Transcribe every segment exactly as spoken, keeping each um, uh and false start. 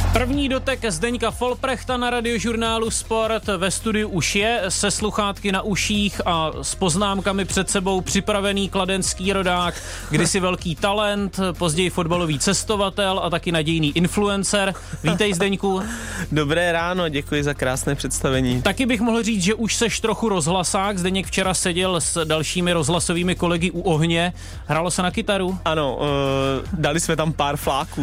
První dotek Zdeňka Folprechta na Radiožurnálu Sport ve studiu už je, se sluchátky na uších a s poznámkami před sebou připravený kladenský rodák, kdysi velký talent, později fotbalový cestovatel a taky nadějný influencer. Vítej, Zdeňku. Dobré ráno, děkuji za krásné představení. Taky bych mohl říct, že už seš trochu rozhlasák. Zdeněk včera seděl s dalšími rozhlasovými kolegy u ohně. Hrálo se na kytaru? Ano, uh, dali jsme tam pár fláků.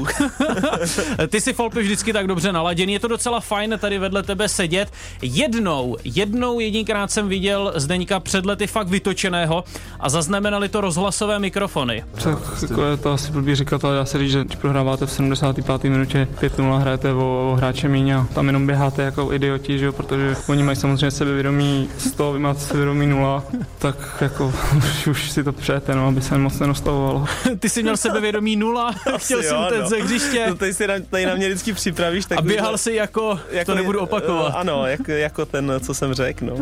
Ty si, Folpi, vždycky tak dobře naladěný. Je to docela fajn tady vedle tebe sedět. Jednou, jednou jedinkrát jsem viděl Zdeňka před lety fakt vytočeného a zaznamenali to rozhlasové mikrofony. Tak jako je to asi blbý říkat, ale dá se říct, že když prohráváte v sedmdesáté páté minutě pět nula, hrajete o, o hráče míň a tam jenom běháte jako idioti, že jo, protože oni mají samozřejmě sebevědomí sto, vy máte sebevědomí nula, tak jako už, už si to přejete, no, aby se moc nenastavovalo. Ty jsi měl sebevědomí nula, chtěl jsem ten no. ze hřiště. No, tady, si na, tady na mě vždycky připravíš. Tak a běhal jsi jako, jako, to nebudu opakovat. Ano, jak, jako ten, co jsem řekl, no.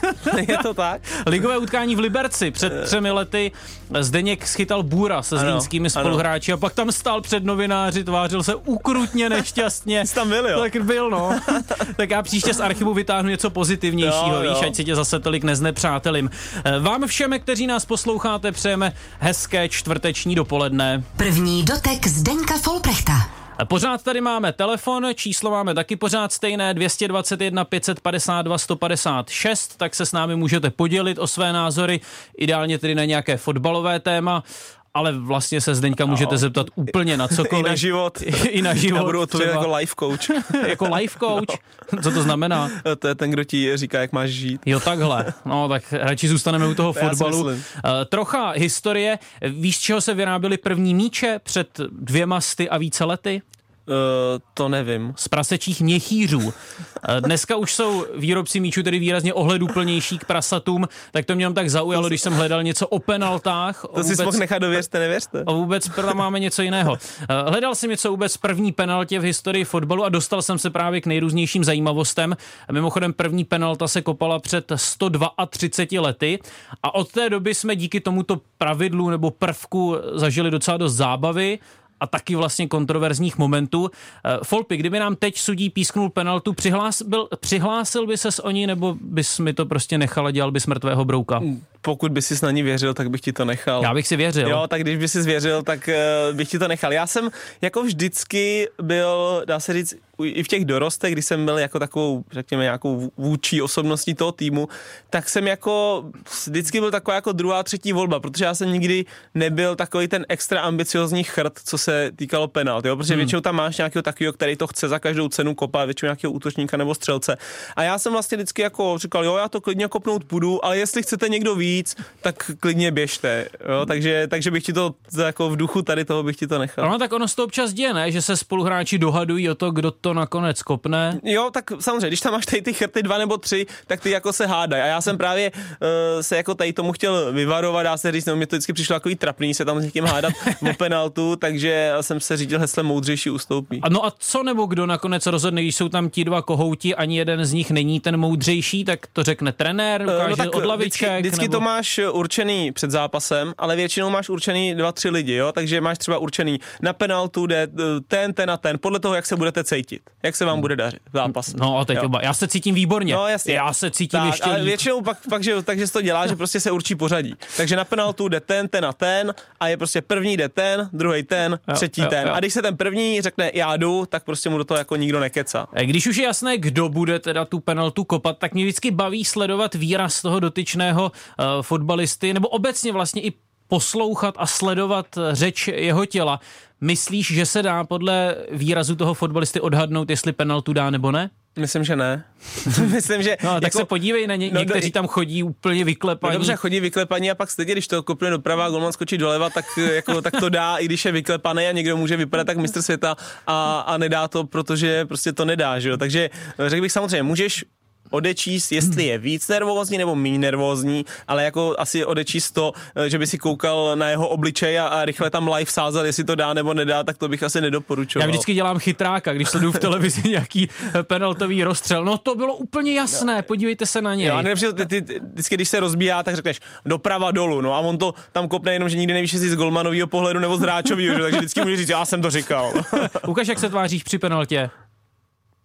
Je to tak? Ligové utkání v Liberci před třemi lety Zdeněk schytal bůra se zlínskými spoluhráči a pak tam stál před novináři, tvářil se ukrutně nešťastně. Jsi tam byl, jo? Tak byl, no. Tak já příště z archivu vytáhnu něco pozitivnějšího, jo, jo. Víš, ať si tě zase tolik neznepřátelím. Vám všem, kteří nás posloucháte, přejeme hezké čtvrteční dopoledne. První dotek Zdeňka Folprechta. Pořád tady máme telefon, číslo máme taky pořád stejné, dvě stě dvacet jedna pět set padesát dva sto padesát šest, tak se s námi můžete podělit o své názory, ideálně tedy na nějaké fotbalové téma, ale vlastně se Zdeňka můžete no. zeptat úplně na cokoliv. I na život. I na život. Já budu odpovědět jako life coach. Jako life coach? No. Co to znamená? To je ten, kdo ti říká, jak máš žít. Jo, takhle. No, tak radši zůstaneme u toho to fotbalu. Uh, trocha historie. Víš, z čeho se vyráběly první míče před dvěma sty a více lety? Uh, to nevím. Z prasečích měchýřů. Dneska už jsou výrobci míčů tedy výrazně ohleduplnější k prasatům, tak to mě jenom tak zaujalo, když jsem hledal něco o penaltách. To si mohl nechat dověřte, nevěřte. A vůbec tam máme něco jiného. Hledal jsem něco vůbec první penaltě v historii fotbalu a dostal jsem se právě k nejrůznějším zajímavostem. Mimochodem první penalta se kopala před sto třiceti dvěma lety a od té doby jsme díky tomuto pravidlu nebo prvku zažili docela dost zábavy a taky vlastně kontroverzních momentů. Folpi, kdyby nám teď sudí písknul penaltu, přihlás, byl, přihlásil by ses o ní, nebo bys mi to prostě nechal a dělal bys mrtvého brouka? Pokud by si na ní věřil, tak bych ti to nechal. Já bych si věřil. Jo, tak když by si věřil, tak uh, bych ti to nechal. Já jsem jako vždycky byl, dá se říct, i v těch dorostech, když jsem byl jako takovou, řekněme, nějakou vůdčí osobností toho týmu, tak jsem jako vždycky byl taková jako druhá, třetí volba, protože já jsem nikdy nebyl takový ten extra ambiciozní chrt, co se týkalo penalt, jo, protože hmm. většinou tam máš nějakého takového, který to chce za každou cenu kopat, většinou nějakého útočníka nebo střelce. A já jsem vlastně vždycky jako říkal, jo, já to klidně kopnout půjdu, ale jestli chcete někdo víc, tak klidně běžte, jo, takže, takže bych ti to jako v duchu tady toho bych ti to nechal. No tak ono se to občas děje, ne, že se spoluhráči dohadují o to, kdo to nakonec kopne. Jo, tak samozřejmě, když tam máš tady ty chrty dva nebo tři, tak ty jako se hádají. A já jsem právě uh, se jako tady tomu chtěl vyvarovat, dá se říct, nebo mě to vždycky přišlo takový trapný se tam s někým hádat o penaltu, takže jsem se řídil heslem moudřejší ustoupí. A no a co nebo kdo nakonec rozhodne, když jsou tam ti dva kohouti, ani jeden z nich není ten moudřejší, tak to řekne trenér, ukáže no tak od laviček. Vždycky, vždycky nebo... to máš určený před zápasem, ale většinou máš určený dva, tři lidi, jo, takže máš třeba určený na penaltu, jde ten, ten a ten, podle toho, jak se budete cítit. Jak se vám bude dařit v zápase. No a teď oba. Já se cítím výborně. No, jasně. Já se cítím tak, ještě ale líp. většinou pak, pak že, takže se to dělá, že prostě se určí pořadí. Takže na penaltu jde ten, ten a ten a je prostě první jde ten, druhý ten, jo, třetí jo, ten. Jo. A když se ten první řekne já jdu, tak prostě mu do toho jako nikdo nekecá. Když už je jasné, kdo bude teda tu penaltu kopat, tak mě vždycky baví sledovat výraz toho dotyčného uh, fotbalisty, nebo obecně vlastně i poslouchat a sledovat řeč jeho těla. Myslíš, že se dá podle výrazu toho fotbalisty odhadnout, jestli penaltu dá nebo ne? Myslím, že ne. Myslím, že... No, tak jako, se podívej na ně, no, někteří tam chodí úplně vyklepaní. No dobře, chodí vyklepaní a pak stejně, když to kopne doprava a golman skočí doleva, tak, jako, tak to dá, i když je vyklepaný a někdo může vypadat tak mistr světa a, a nedá to, protože prostě to nedá, že jo. Takže řekl bych samozřejmě, můžeš odečíst, jestli je víc nervózní nebo méně nervózní, ale jako asi odečíst to, že by si koukal na jeho obličej a, a rychle tam live sázal, jestli to dá nebo nedá, tak to bych asi nedoporučoval. Já vždycky dělám chytráka, když sleduju v televizi nějaký penaltový rozstřel. No to bylo úplně jasné, podívejte se na něj. Jo, a nejlepší, ty, ty, vždycky, když se rozbíjá, tak řekneš doprava dolů, no a on to tam kopne jenom, že nikdy nevíš, jestli z golmanového pohledu nebo z hráčového, takže vždycky může říct, já jsem to říkal. Ukaž, jak se tváříš při penaltě.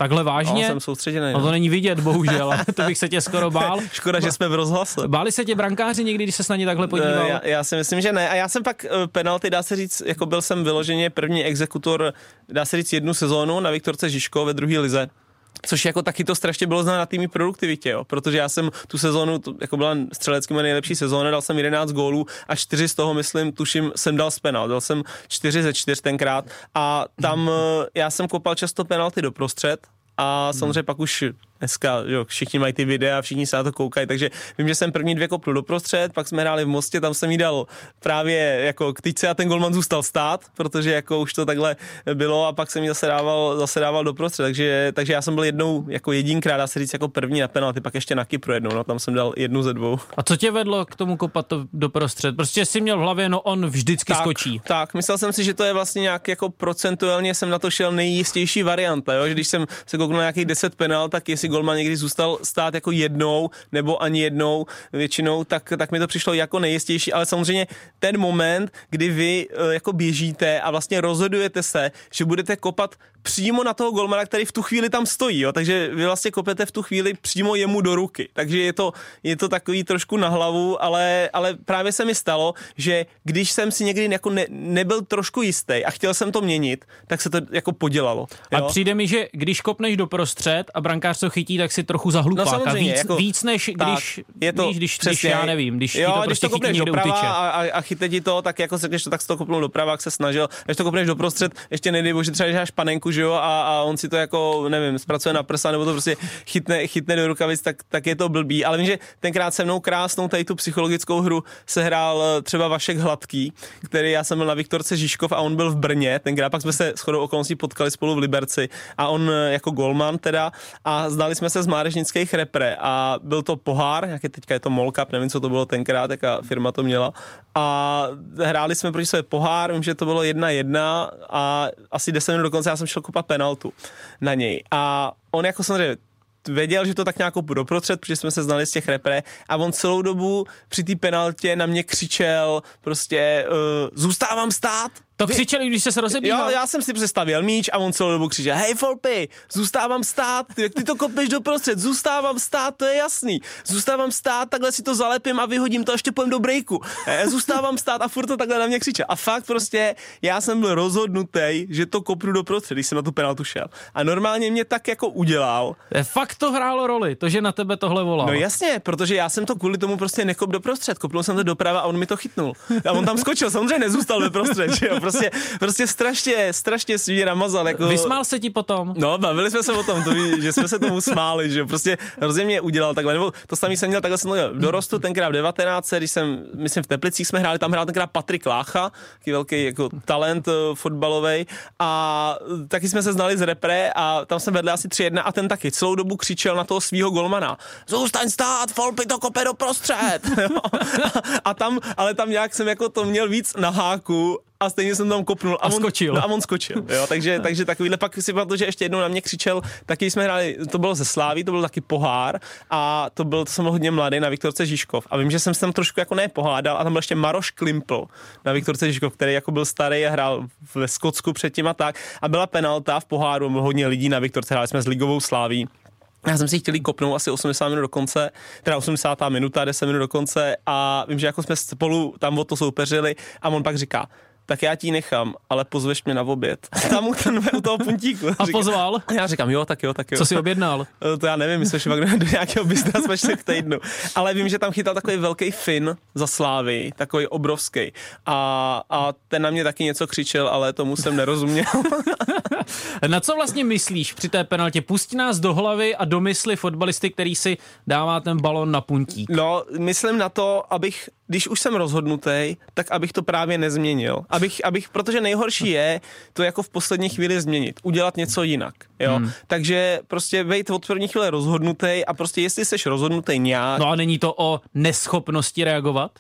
Takhle vážně? No, jsem soustředěný. No to není vidět, bohužel, to bych se tě skoro bál. Škoda, že jsme v rozhlase. Báli se tě brankáři někdy, když se na ně takhle podíval? Já, já si myslím, že ne. A já jsem pak penalty, dá se říct, jako byl jsem vyloženě první exekutor, dá se říct, jednu sezónu na Viktorce Žižkov ve druhé lize. Což jako taky to strašně bylo znát na týmí produktivitě, jo. Protože já jsem tu sezónu, to jako byla střelecky moje nejlepší sezóna, dal jsem jedenáct gólů a čtyři z toho, myslím, tuším, jsem dal z penalt. Dal jsem čtyři ze čtyř tenkrát a tam já jsem kopal často penalty doprostřed a samozřejmě pak už dneska, jo, všichni mají ty videa, všichni se na to koukají, takže vím, že jsem první dvě kopnul doprostřed, pak jsme hráli v Mostě, tam jsem jí dal právě jako k tyčce a ten golman zůstal stát, protože jako už to takhle bylo a pak jsem jí zase dával, zase dával doprostřed, takže, takže já jsem byl jednou jako jedinkrát, dá se říct, jako první na penalty, pak ještě na Kypru jednou, no, tam jsem dal jednu ze dvou. A co tě vedlo k tomu kopat to doprostřed? Prostě jsi měl v hlavě, no on vždycky tak, skočí. Tak, myslel jsem si, že to je vlastně nějak jako procentuálně jsem na to šel nejjistější varianta, jo, že když jsem se kouknul na nějakých deset penalt, tak jestli golman někdy zůstal stát jako jednou nebo ani jednou většinou, tak, tak mi to přišlo jako nejistější, ale samozřejmě ten moment, kdy vy jako běžíte a vlastně rozhodujete se, že budete kopat přímo na toho golmana, který v tu chvíli tam stojí, jo? Takže vy vlastně kopete v tu chvíli přímo jemu do ruky, takže je to, je to takový trošku na hlavu, ale, ale právě se mi stalo, že když jsem si někdy jako ne, nebyl trošku jistý a chtěl jsem to měnit, tak se to jako podělalo. Jo? A přijde mi, že když kopneš doprostřed a brankář to chytí, tak si trochu zahlupák no, a víc, jako, víc než když, je to víš, když, když já nevím, když jo, ti to prostě chytí někde utyče. A, a, a chytne ti to, tak jako řekneš to, tak si to kopnul doprava, jak se snažil, když to kopneš doprostřed, ještě nedej bože, třeba dáš panenku, že jo, a, a on si to jako, nevím, zpracuje na prsa, nebo to prostě chytne, chytne do rukavic, tak, tak je to blbý. Ale vím, že tenkrát se mnou krásnou tady tu psychologickou hru se hrál třeba Vašek Hladký, který já jsem byl na Viktorce Žižkov a on byl v Brně, tenkrát pak jsme se shodou okolností potkali spolu v Liberci a on jako golman teda a znali jsme se z mládežnických repre a byl to pohár, jak je teďka je to Mall Cup, nevím, co to bylo tenkrát, jaká firma to měla a hráli jsme proti své pohár, vím, že to bylo jedna jedna a asi deset minut dokonce já jsem šel kopat penaltu na něj a on jako samozřejmě věděl, že to tak nějak kopu doprostřed, protože jsme se znali z těch repre a on celou dobu při té penaltě na mě křičel prostě uh, zůstávám stát. To křičeli, když jsi se rozebíhal? Jo, já jsem si přestavěl míč a on celou dobu křičel, hej Folpy, zůstávám stát, ty, ty to kopneš doprostřed, zůstávám stát, to je jasný, zůstávám stát, takhle si to zalepím a vyhodím to, ještě pojem do breaku, zůstávám stát a furt to takhle na mě křičel. A fakt prostě, já jsem byl rozhodnutý, že to kopnu doprostřed, když jsem na tu penaltu šel. A normálně mě tak jako udělal. Fakt to hrálo roli, to, že na tebe tohle volal. No jasně, protože já jsem to kvůli tomu prostě nekop doprostřed, kopnul jsem to doprava a on mi to chytnul. A on tam skočil, samozřejmě nezůstal doprostřed, že jo, prostě, prostě strašně, strašně si mě namazal. Jako... Vysmál se ti potom? No, bavili jsme se o tom, to ví, že jsme se tomu smáli, že jo, prostě hrozně mě udělal takhle, nebo to samý jsem měl, takhle jsem měl v dorostu, tenkrát v devatenáctce, když jsem, myslím v Teplicích jsme hráli, tam hrál tenkrát Patrik Lácha, taký velký jako talent uh, fotbalovej a taky jsme se znali z repre a tam jsem vedli asi tři jedna a ten taky celou dobu křičel na toho svýho golmana. Zůstaň stát, Folpy to kope doprostřed. A tam, ale tam nějak jsem jako to měl víc na háku a stejně jsem tam kopnul a, a on skočil. No a on skočil, jo, takže, takže takovýhle, pak si pamatuju, že ještě jednou na mě křičel, taky jsme hráli, to bylo ze Sláví, to byl taky pohár a to byl, to jsem byl hodně mladý na Viktorce Žižkov a vím, že jsem se tam trošku jako nepohádal a tam byl ještě Maroš Klimpl na Viktorce Žižkov, který jako byl starý a hrál ve Skotsku předtím a tak a byla penalta v poháru, bylo hodně lidí na Viktorce, hráli jsme s ligovou Sláví. Já jsem si chtěli kopnout asi osmdesát minut do konce, teda osmdesátá minuta, deset minut do konce a vím, že jako jsme spolu tam o to soupeřili a on pak říká, tak já ti nechám, ale pozveš mě na oběd. Tam u, ten, u toho puntíku. A pozval? A já říkám, jo, tak jo, tak jo. Co jsi objednal? To já nevím, my jsme šli do nějakého biznesu, jsme šli k týdnu. Ale vím, že tam chytal takový velký Fin za Slávy, takový obrovský. A, a ten na mě taky něco křičel, ale tomu jsem nerozuměl. Na co vlastně myslíš při té penaltě? Pusť nás do hlavy a do mysli fotbalisty, který si dává ten balon na puntík. No, myslím na to, abych, když už jsem rozhodnutý, tak abych to právě nezměnil. Abych, abych, protože nejhorší je to jako v poslední chvíli změnit, udělat něco jinak, jo. Hmm. Takže prostě vejt od první chvíle rozhodnutý a prostě jestli jsi rozhodnutý nějak. No a není to o neschopnosti reagovat?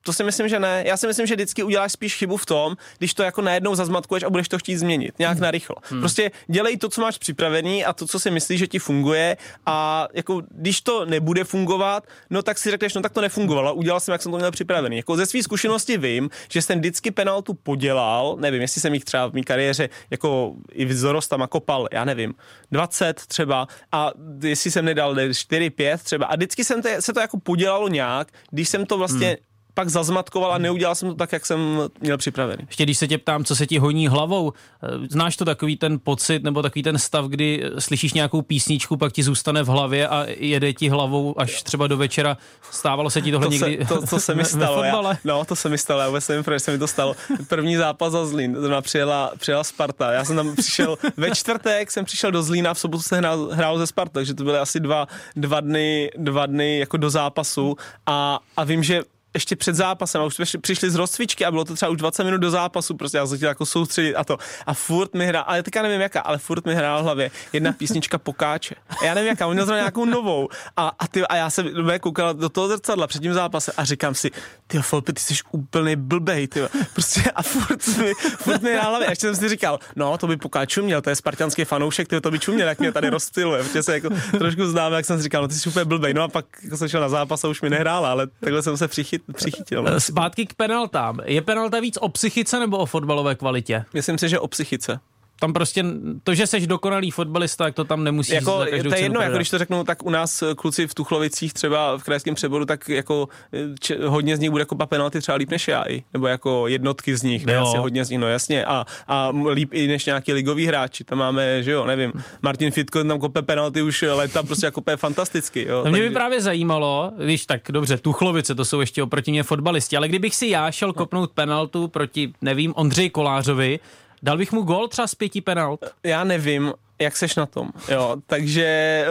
To si myslím, že ne. Já si myslím, že vždycky uděláš spíš chybu v tom, když to jako najednou zazmatkuješ a budeš to chtít změnit, nějak hmm. narychlo. Hmm. Prostě dělej to, co máš připravený a to, co si myslíš, že ti funguje a jako když to nebude fungovat, no tak si řekneš, no tak to nefungovalo, udělal jsem, jak jsem to měl připravený. Jako ze své zkušenosti vím, že jsem vždycky penaltu podělal, nevím, jestli jsem jich třeba v mé kariéře jako i v dorostama kopal, já nevím, dvacet třeba a jestli jsem nedal čtyři pět třeba a vždycky jsem to, se to jako podělalo nějak, když jsem to vlastně hmm. pak zazmatkoval a neudělal jsem to tak, jak jsem měl připravený. Ještě když se tě ptám, co se ti honí hlavou, znáš to takový ten pocit nebo takový ten stav, kdy slyšíš nějakou písničku, pak ti zůstane v hlavě a jede ti hlavou až třeba do večera. Stávalo se ti tohle to někdy? Se, to, to se mi stalo. Já, no, to se mi stalo. Já vůbec nevím, proč se mi to stalo. První zápas za Zlín, to přijela, přijela Sparta. Já jsem tam přišel ve čtvrtek, jsem přišel do Zlína, v sobotu se hrál, hrál ze Sparta, takže to byly asi dva, dva dny, dva dny jako do zápasu a, a vím, že ještě před zápasem a už jsme přišli z rozcvičky a bylo to třeba už dvacet minut do zápasu, prostě já jsem chtěl jako soustředit a to. A furt mi hrál, ale teďka nevím jaká, ale furt mi hrál v hlavě jedna písnička Pokáče. A já nevím jaká, on měl zrovna nějakou novou. A, a, ty, a já jsem koukal do toho zrcadla před tím zápasem a říkám si, ty Folpy, ty jsi úplně blbej, ty. Prostě a furt mi, furt mi hrál v hlavě. A ještě jsem si říkal, no to by Pokáču měl, to je spartanský fanoušek, ty to by čuměl, jak mě tady rozptyluje. Protože se jako trošku známe, jak jsem si říkal, no ty jsi úplně blbej. No a pak jako jsem šel na zápas a už mi nehrála, ale takhle jsem se přichytil. Přichytil. Zpátky k penaltám. Je penalta víc o psychice nebo o fotbalové kvalitě? Myslím si, že o psychice. Tam prostě to, že seš dokonalý fotbalista, tak to tam nemusíš jako, za každou to je jedno, cenu jako když to řeknu, tak u nás kluci v Tuchlovicích třeba v krajském přeboru, tak jako č, hodně z nich bude kopat penalty třeba líp než já i, nebo jako jednotky z nich, ne, asi hodně z nich, no jasně, a, a líp i než nějaký ligový hráči, tam máme, že jo, nevím, Martin Fitko tam kope penalty už léta, prostě jako kope fantasticky, jo. To mě by právě zajímalo, víš, tak dobře, Tuchlovice, to jsou ještě oproti mě fotbalisti, ale kdybych si já šel kopnout penaltu proti, nevím, Ondřeji Kolářovi, dal bych mu gól třeba z pěti penalt? Já nevím, jak seš na tom, jo, takže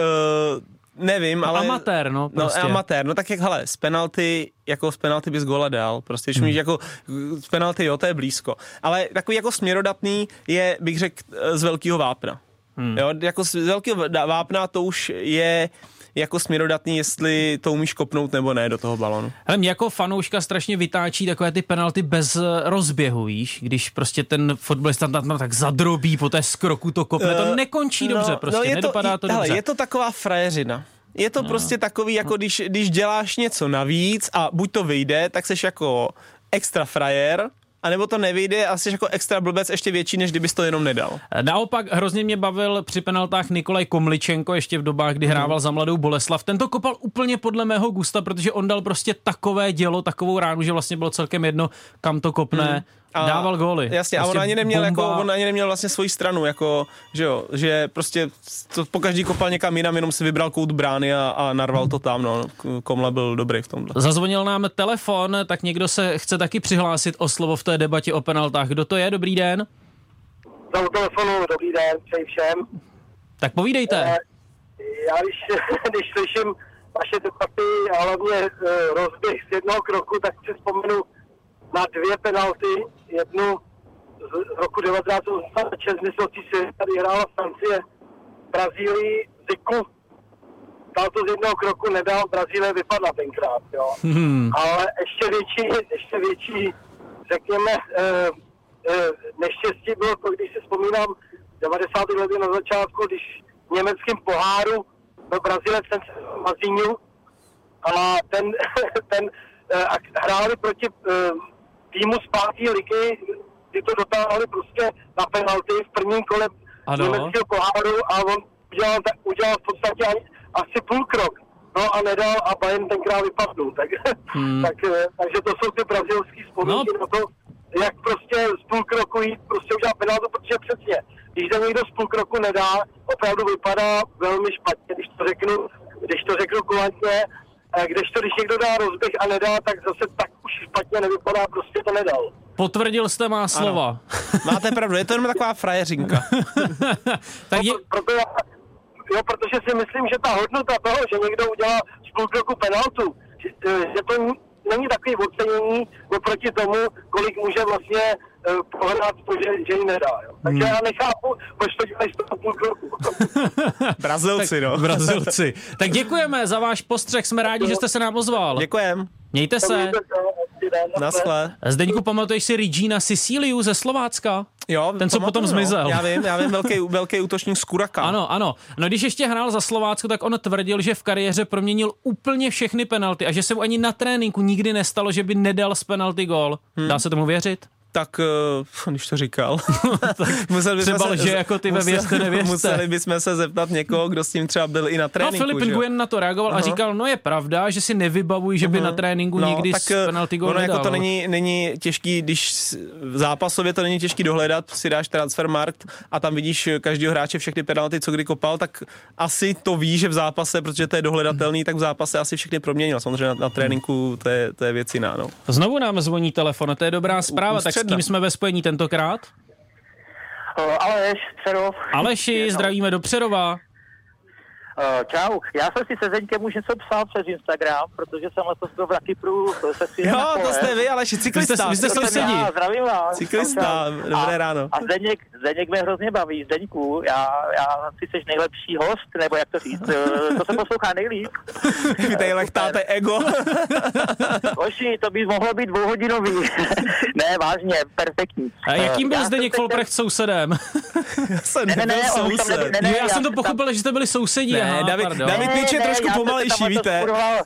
uh, nevím, no, ale... Amatér, no, prostě. No, amatér, no tak jak, hele, z penalty, jako z penalty bys góla dal, prostě, když hmm. míš jako z penalty, jo, to je blízko, ale takový jako směrodatný je, bych řekl, z Velkého Vápna, hmm. jo, jako z Velkého Vápna to už je jako směrodatný, jestli to umíš kopnout nebo ne do toho balonu. Ale mě jako fanouška strašně vytáčí takové ty penalty bez rozběhu, víš, když prostě ten fotbalista tam tak zadrobí po té skroku to kopne, to nekončí uh, dobře, prostě no je nedopadá to, to dobře. Hele, je to taková frajeřina. Je to no. prostě takový, jako když, když děláš něco navíc a buď to vyjde, tak seš jako extra frajer, a nebo to nevyjde a jsi jako extra blbec ještě větší, než kdybys to jenom nedal. Naopak hrozně mě bavil při penaltách Nikolaj Komličenko ještě v dobách, kdy hrával za Mladou Boleslav. Ten to kopal úplně podle mého gusta, protože on dal prostě takové dělo, takovou ránu, že vlastně bylo celkem jedno, kam to kopne. Hmm. A dával góly. Jasně, prostě a on ani neměl jako, on ani neměl vlastně svoji stranu, jako, že jo, že prostě to po každý kopal někam jinam, jenom si vybral kout brány a, a narval to tam, no. Komla byl dobrý v tomhle. Zazvonil nám telefon, tak někdo se chce taky přihlásit o slovo v té debatě o penaltách. Kdo to je? Dobrý den. Za telefonu, dobrý den, přeji všem. Tak povídejte. E, já když, když slyším vaše debaty a hlavně e, rozběh z jednoho kroku, tak si vzpomenu na dvě penalty, jednu z roku devatenáct set osmdesát šest mistrovství světa, tady hrála Francie, Brazílii, Ziku, dal to z jednoho kroku, nedal, Brazílie vypadla tenkrát, jo. Hmm. Ale ještě větší, ještě větší, řekněme, eh, eh, neštěstí bylo to, když si vzpomínám devadesátých letech na začátku, když v německém poháru byl Brazílec ten Mazinho a ten, ten eh, hráli proti eh, týmu z páté ligy, kdy to dotáhli prostě na penalty v prvním kole německého poháru a on udělal, udělal v podstatě asi půl krok. No a nedal a Bayern tenkrát vypadnul. Tak, hmm. tak, takže to jsou ty brazilský vzpomínky no. na to, jak prostě z půl kroku jít, prostě udělat penaltu, protože přesně, když to někdo z půl kroku nedá, opravdu vypadá velmi špatně, když to řeknu, když to řeknu kulantně, když to, když někdo dá rozběh a nedá, tak zase tak už špatně nevypadá, prostě to nedal. Potvrdil jste má slova. Ano. Máte pravdu, je to jenom taková frajeřinka. tak je... Proto, proto já, jo, protože si myslím, že ta hodnota toho, že někdo udělá z půl kroku penaltu, že, že to není takový ocenění oproti tomu, kolik může vlastně uh, pohrát, že, že ji nedá. Jo. Takže hmm. já nechápu, proč to dělají z toho půl kroku. Brazilci, no. Brazilci. Tak děkujeme za váš postřeh, jsme rádi, že jste se nám ozval. Děkujem. Mějte se. Hezký den. Naschle. Zdeňku, pamatuješ si Regina Siciliu ze Slovácka? Jo, ten, co pamatuju, potom zmizel. No. Já vím, já vím, velký, velký útočník z Kuraka. Ano, ano. No když ještě hrál za Slovácko, tak on tvrdil, že v kariéře proměnil úplně všechny penalty a že se mu ani na tréninku nikdy nestalo, že by nedal z penalty gól. Hmm. Dá se tomu věřit? Tak, když to říkal, třeba lže jako ty ve Věřte nevěřte. Museli bychom se zeptat někoho, kdo s tím třeba byl i na tréninku. No Filip Nguyen na to reagoval, aha, a říkal, no je pravda, že si nevybavují, že by uh-huh. na tréninku no, nikdy z penalty gól nedal. Jako to není, není těžký, když v zápasově to není těžký dohledat, si dáš Transfermarkt a tam vidíš každého hráče všechny penalty, co kdy kopal, tak asi to ví, že v zápase, protože to je dohledatelný, tak v zápase asi všechny proměnil. Samozřejmě na, na tréninku to je, to je věc jiná. No. Znovu nám zvoní telefon, to je dobrá zpráva, tak s kým jsme ve spojení tentokrát? Aleš, Přerov. Aleši, zdravíme do Přerova. Uh, čau, já jsem si se Zeňkem už něco psal přes Instagram, protože jsem letos byl v Kypru se synem na kole. Jo, to jste vy, Aleši, cyklista. Vy jste sousedí. Já, zdravím vás. Cyklista, dobré ráno. A Zdeněk, Zdeněk mě hrozně baví. Zdeňku, já, já ty jsi nejlepší host, nebo jak to říct, to se poslouchá nejlíp. Vy tady lechtáte ego. Oši, to by mohlo být dvouhodinový. Ne, vážně, perfektní. A jakým byl Zdeněk Folprecht sousedem? Já jsem nebyl soused. Já jsem to pochopil, že jste byli sousedí. Ne, David, David Míč je trošku pomalejší, víte.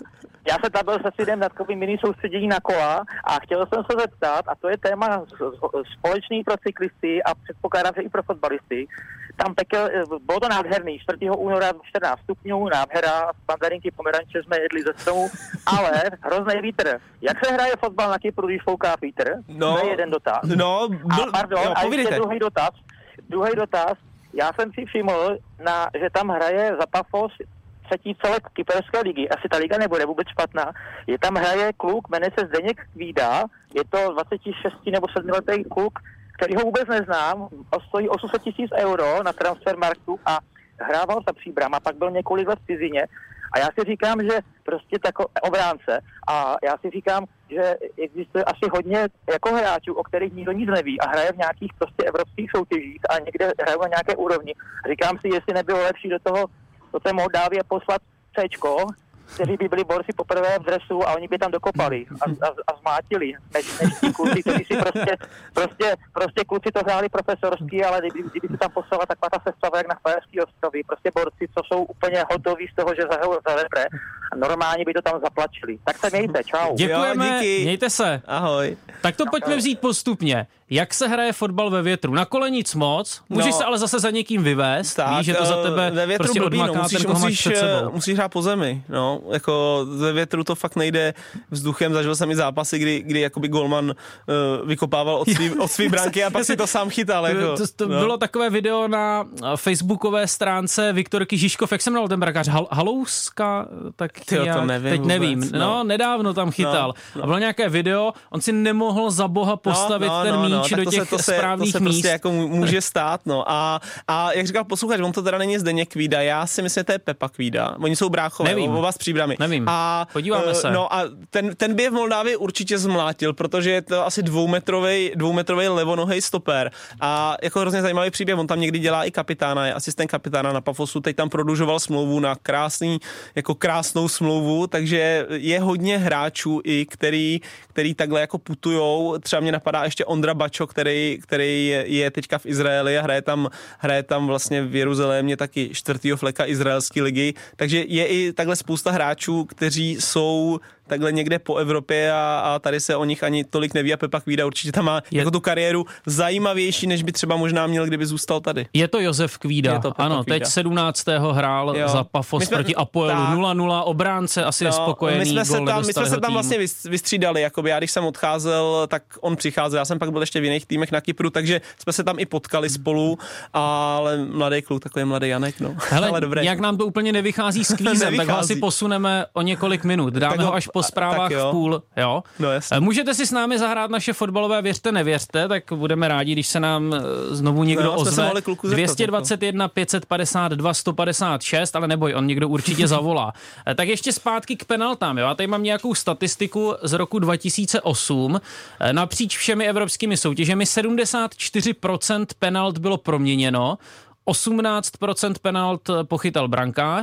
Já se tam byl se synem na takovým mini soustředění na kola a chtěl jsem se zeptat, a to je téma společný pro cyklisty a předpokládám, že i pro fotbalisty. Tam pekel, bylo to nádherný, čtvrtého února čtrnáct stupňů, nádhera, mandarinky, pomeranče jsme jedli ze stromu, ale hrozný vítr. Jak se hraje fotbal na Kypru, když fouká vítr? No, to je jeden dotaz. No, byl, a pardon, jo, a ještě druhý dotaz. Druhý dotaz. Já jsem si všiml, na, že tam hraje za Pafos třetí celek kyperské ligy. Asi ta liga nebude vůbec špatná. Je tam hraje kluk, jmenuje se Zdeněk Kvída. Je to dvacet šest nebo sedmiletý kluk, který ho vůbec neznám. Stojí osm set tisíc euro na Transfermarktu a hrával za Příbram a pak byl několik let v cizině. A já si říkám, že prostě tako obránce. A já si říkám, že existuje asi hodně jako hráčů, o kterých nikdo nic neví a hraje v nějakých prostě evropských soutěžích a někde hraje na nějaké úrovni. Říkám si, jestli nebylo lepší do toho, do té Moldávie poslat Cčko, kteří by byli borci poprvé v dresu a oni by tam dokopali a, a, a zmátili, než, než ti kluci, kteří si prostě, prostě, prostě kluci to hráli profesorsky, ale kdyby, kdyby se tam poslala taková ta sestava jak na Fajerský ostrovy, prostě borci, co jsou úplně hotoví z toho, že zahrajou za repre a normálně by to tam zaplačili. Tak se mějte, čau. Děkujeme, jo, díky. Mějte se. Ahoj. Tak to pojďme vzít postupně. Jak se hraje fotbal ve větru? Na kole nic moc, můžeš no, se ale zase za někým vyvést, tak, víš, že to za tebe ve větru prostě blbý, odmaká, no, musíš, ten, koho musíš, máš před sebou. Musíš hrát po zemi, no, jako ve větru to fakt nejde vzduchem, zažil jsem i zápasy, kdy, kdy jakoby golman uh, vykopával od svý, od svý bránky a pak si to sám chytal. Jako, to to no. Bylo takové video na facebookové stránce Viktorky Žižkov, jak se jmenoval ten brankář, Hal, Halouska, tak Tyjo, nějak, to nevím teď vůbec, nevím, no. no nedávno tam chytal. No, no. A bylo nějaké video, on si nemohl za boha postavit no, no, ten no, míč no, do těch to se, správných to se míst. Prostě jako může stát, no. A, a jak říkal posluchač, on to teda není Zdeněk Kvída, já si myslím, že to je Pepa Kvída. Oni jsou bráchové, nevím. Oba s Příbrami. Nevím, a, podíváme se. No a ten, ten by je v Moldávii určitě zmlátil, protože je to asi dvoumetrovej, dvoumetrovej levonohej stoper. A jako hrozně zajímavý příběh, on tam někdy dělá i kapitána, je asistent kapitána na Pafosu, teď tam prodlužoval smlouvu na krásný, jako krásnou smlouvu, takže je hodně hráčů i, který, který takhle jako putujou. Třeba mě napadá ještě Ondra Bačo, který, který je teďka v Izraeli a hraje tam, hraje tam vlastně v Jeruzalémě taky čtvrtýho fleka izraelské ligy, takže je i takhle spousta hráčů, kteří jsou takhle někde po Evropě a, a tady se o nich ani tolik neví a Pepa Kvída určitě tam má je, jako tu kariéru zajímavější, než by třeba možná měl, kdyby zůstal tady. Je to Josef Kvída, to ano, Kvída. Teď sedmnáctého hrál jo. za Pafos jsme, proti Apoelu nula nula, obránce asi no, je spokojený, my jsme se gól tam, my jsme se tam tým. vlastně vystřídali, jakoby já když jsem odcházel, tak on přicházel, já jsem pak byl ještě v jiných týmech na Kypru, takže jsme se tam i potkali spolu, ale mladý kluk, takový mladý Janek, no. Hele, ale dobré. Jak nám to úplně nevychází s kvízem, tak ho asi posuneme o několik minut, dáme ho až po zprávách v půl, jo. No, jasně. Můžete si s námi zahrát naše fotbalové Věřte nevěřte, tak budeme rádi, když se nám znovu někdo no, ozve. dvě dvacet jedna pět set padesát dva sto padesát šest, ale neboj, on někdo určitě zavolá. Tak ještě zpátky k penaltám, jo. Já tady mám nějakou statistiku z roku dva tisíce osm. Napříč všemi evropskými soutěžemi sedmdesát čtyři procent penalt bylo proměněno, osmnáct procent penalt pochytal brankář,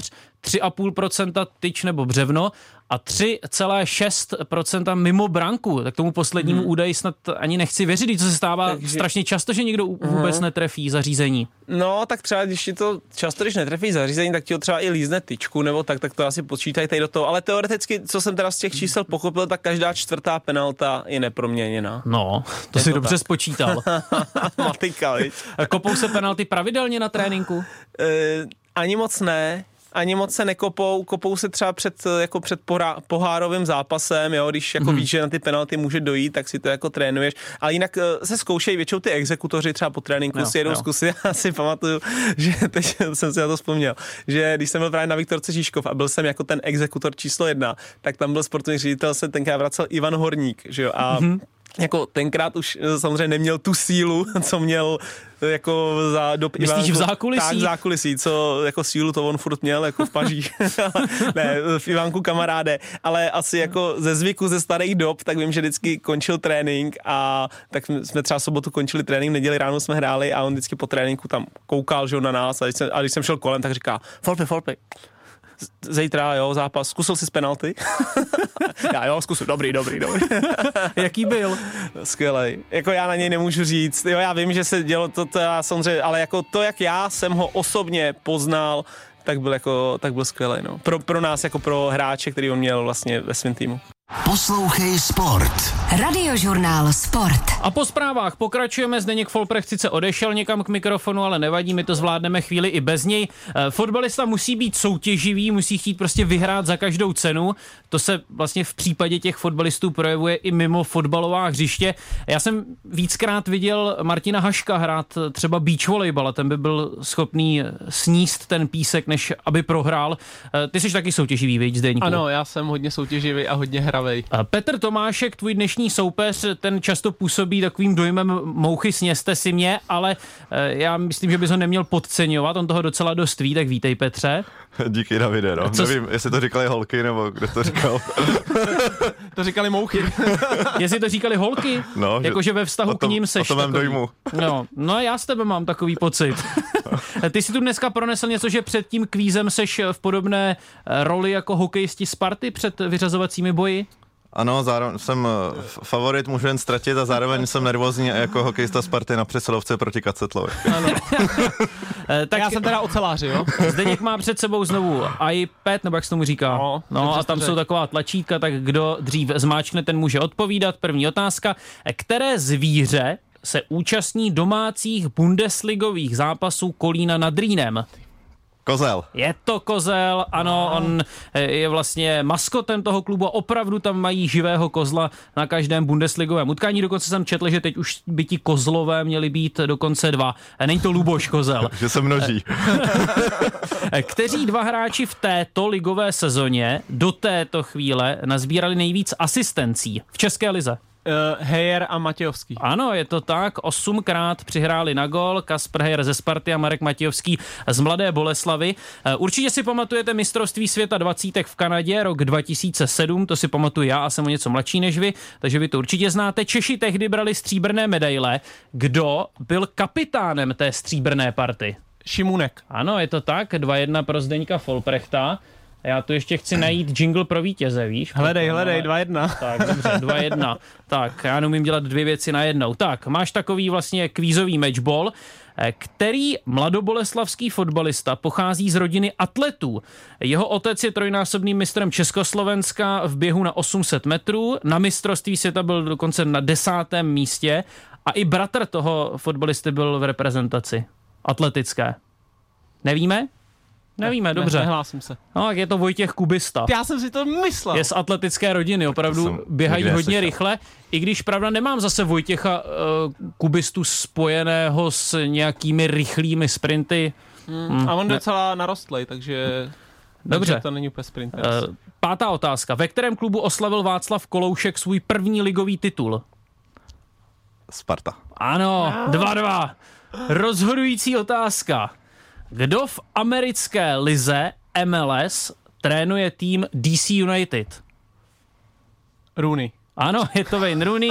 tři celá pět procenta tyč nebo břevno a tři celá šest procenta mimo branku. Tak tomu poslednímu hmm. údaji snad ani nechci věřit, co se stává Takže... strašně často, že někdo vůbec hmm. netrefí zařízení. No, tak třeba, když ti to často, když netrefí zařízení, tak ti ho třeba i lízne tyčku, nebo tak, tak to asi počítají tady do toho. Ale teoreticky, co jsem teda z těch čísel pochopil, tak každá čtvrtá penalta je neproměněná. No, to je si to dobře tak. spočítal. Matika, viď? Kopou se penalty pravidelně na tréninku? E, ani moc ne. Ani moc se nekopou, kopou se třeba před, jako před porá, pohárovým zápasem, jo, když jako hmm. víš, že na ty penalty může dojít, tak si to jako trénuješ, ale jinak se zkoušejí většinou ty exekutoři třeba po tréninku, jo, si jedou zkusy. Já si pamatuju, že teď jsem si na to vzpomněl, že když jsem byl právě na Viktorce Žižkov a byl jsem jako ten exekutor číslo jedna, tak tam byl sportovní ředitel, se tenkrát vracel Ivan Horník, že jo, a hmm. jako tenkrát už samozřejmě neměl tu sílu, co měl jako za dob Myslíš Ivánku, v zákulisí? Tak, v zákulisí, co jako sílu to on furt měl, jako v pažích. Ne, v Ivánku kamaráde, ale asi jako ze zvyku ze starých dob, tak vím, že vždycky končil trénink a tak jsme třeba sobotu končili trénink, neděli ráno jsme hráli a on vždycky po tréninku tam koukal, že na nás a když jsem, a když jsem šel kolem, tak říká, Folpy, Folpy, zítra, jo, zápas, zkusil jsi z penalty? Já jo, zkusil, dobrý, dobrý, dobrý. Jaký byl? Skvělej. Jako já na něj nemůžu říct, jo, já vím, že se dělo to, to já samozřejmě, ale jako to, jak já jsem ho osobně poznal, tak byl jako, tak byl skvělej, no. Pro, pro nás, jako pro hráče, který on měl vlastně ve svém týmu. Poslouchej Sport. Radiožurnál Sport. A po zprávách pokračujeme. Zdeněk Folprecht sice odešel někam k mikrofonu, ale nevadí, my to zvládneme chvíli i bez něj. Fotbalista musí být soutěživý, musí chtít prostě vyhrát za každou cenu. To se vlastně v případě těch fotbalistů projevuje i mimo fotbalová hřiště. Já jsem víckrát viděl Martina Haška hrát třeba beach volejbal a ten by byl schopný sníst ten písek, než aby prohrál. Ty jsi taky soutěživý, viď, Zdeňku? Ano, já jsem hodně soutěživý a hodně hravý. Petr Tomášek, tvůj dnešní soupeř, ten často působí takovým dojmem mouchy, sněste si mě, ale já myslím, že bys ho neměl podceňovat, on toho docela dost ví, tak vítej, Petře. Díky, Davide, no. Co nevím, jestli to říkali holky, nebo kdo to říkal. To říkali mouchy. Jestli to říkali holky? No, jakože ve vztahu tom, k ním seš o tom dojmu. No, no já s tebe mám takový pocit. Ty si tu dneska pronesl něco, že před tím kvízem seš v podobné roli jako hokejisti Sparty před vyřazovacími boji? Ano, zároveň jsem favorit, můžu jen ztratit a zároveň jsem nervózní jako hokejista Sparty na přesilovce proti Kacetlovi. Ano. Tak já jsem teda oceláři, jo? Zdeněk má před sebou znovu iPad, nebo jak se tomu říká. No, no a tam jsou taková tlačítka, tak kdo dřív zmáčkne, ten může odpovídat. První otázka. Které zvíře se účastní domácích bundesligových zápasů Kolína nad Rýnem? Kozel. Je to kozel, ano, on je vlastně maskotem toho klubu a opravdu tam mají živého kozla na každém bundesligovém utkání. Dokonce jsem četl, že teď už by ti kozlové měli být dokonce dva. Není to Luboš Kozel. Že se množí. Kteří dva hráči v této ligové sezóně do této chvíle nazbírali nejvíc asistencí v české lize? Uh, Heyer a Matějovský. Ano, je to tak. Osmkrát přihráli na gol. Kasper Heyer ze Sparty a Marek Matějovský z Mladé Boleslavy. Uh, určitě si pamatujete mistrovství světa dvacítek v Kanadě, rok dva tisíce sedm, to si pamatuju já a jsem o něco mladší než vy, takže vy to určitě znáte. Češi tehdy brali stříbrné medaile. Kdo byl kapitánem té stříbrné party? Šimunek. Ano, je to tak. dva jedna pro Zdeňka Folprechta. Já tu ještě chci najít jingle pro vítěze, víš? Hledej, hledej, dva jedna. Tak, dobře, dva jedna. Tak, já neumím dělat dvě věci najednou. Tak, máš takový vlastně kvízový matchball, který mladoboleslavský fotbalista pochází z rodiny atletů. Jeho otec je trojnásobným mistrem Československa v běhu na osm set metrů, na mistrovství světa byl dokonce na desátém místě a i bratr toho fotbalisty byl v reprezentaci atletické. Nevíme? Nevíme, ne, dobře. Nehlásím se. No, tak je to Vojtěch Kubista. Já jsem si to myslel. Je z atletické rodiny, opravdu běhají hodně slyšel. rychle, i když pravda nemám zase Vojtěcha uh, Kubistu spojeného s nějakými rychlými sprinty. Hmm, hmm, a on ne. docela narostlej, takže, dobře. takže to není úplně sprint. Uh, pátá otázka. Ve kterém klubu oslavil Václav Koloušek svůj první ligový titul? Sparta. Ano, dva dva. Rozhodující otázka. Kdo v americké lize M L S trénuje tým D C United? Rooney. Ano, je to Wayne Rooney.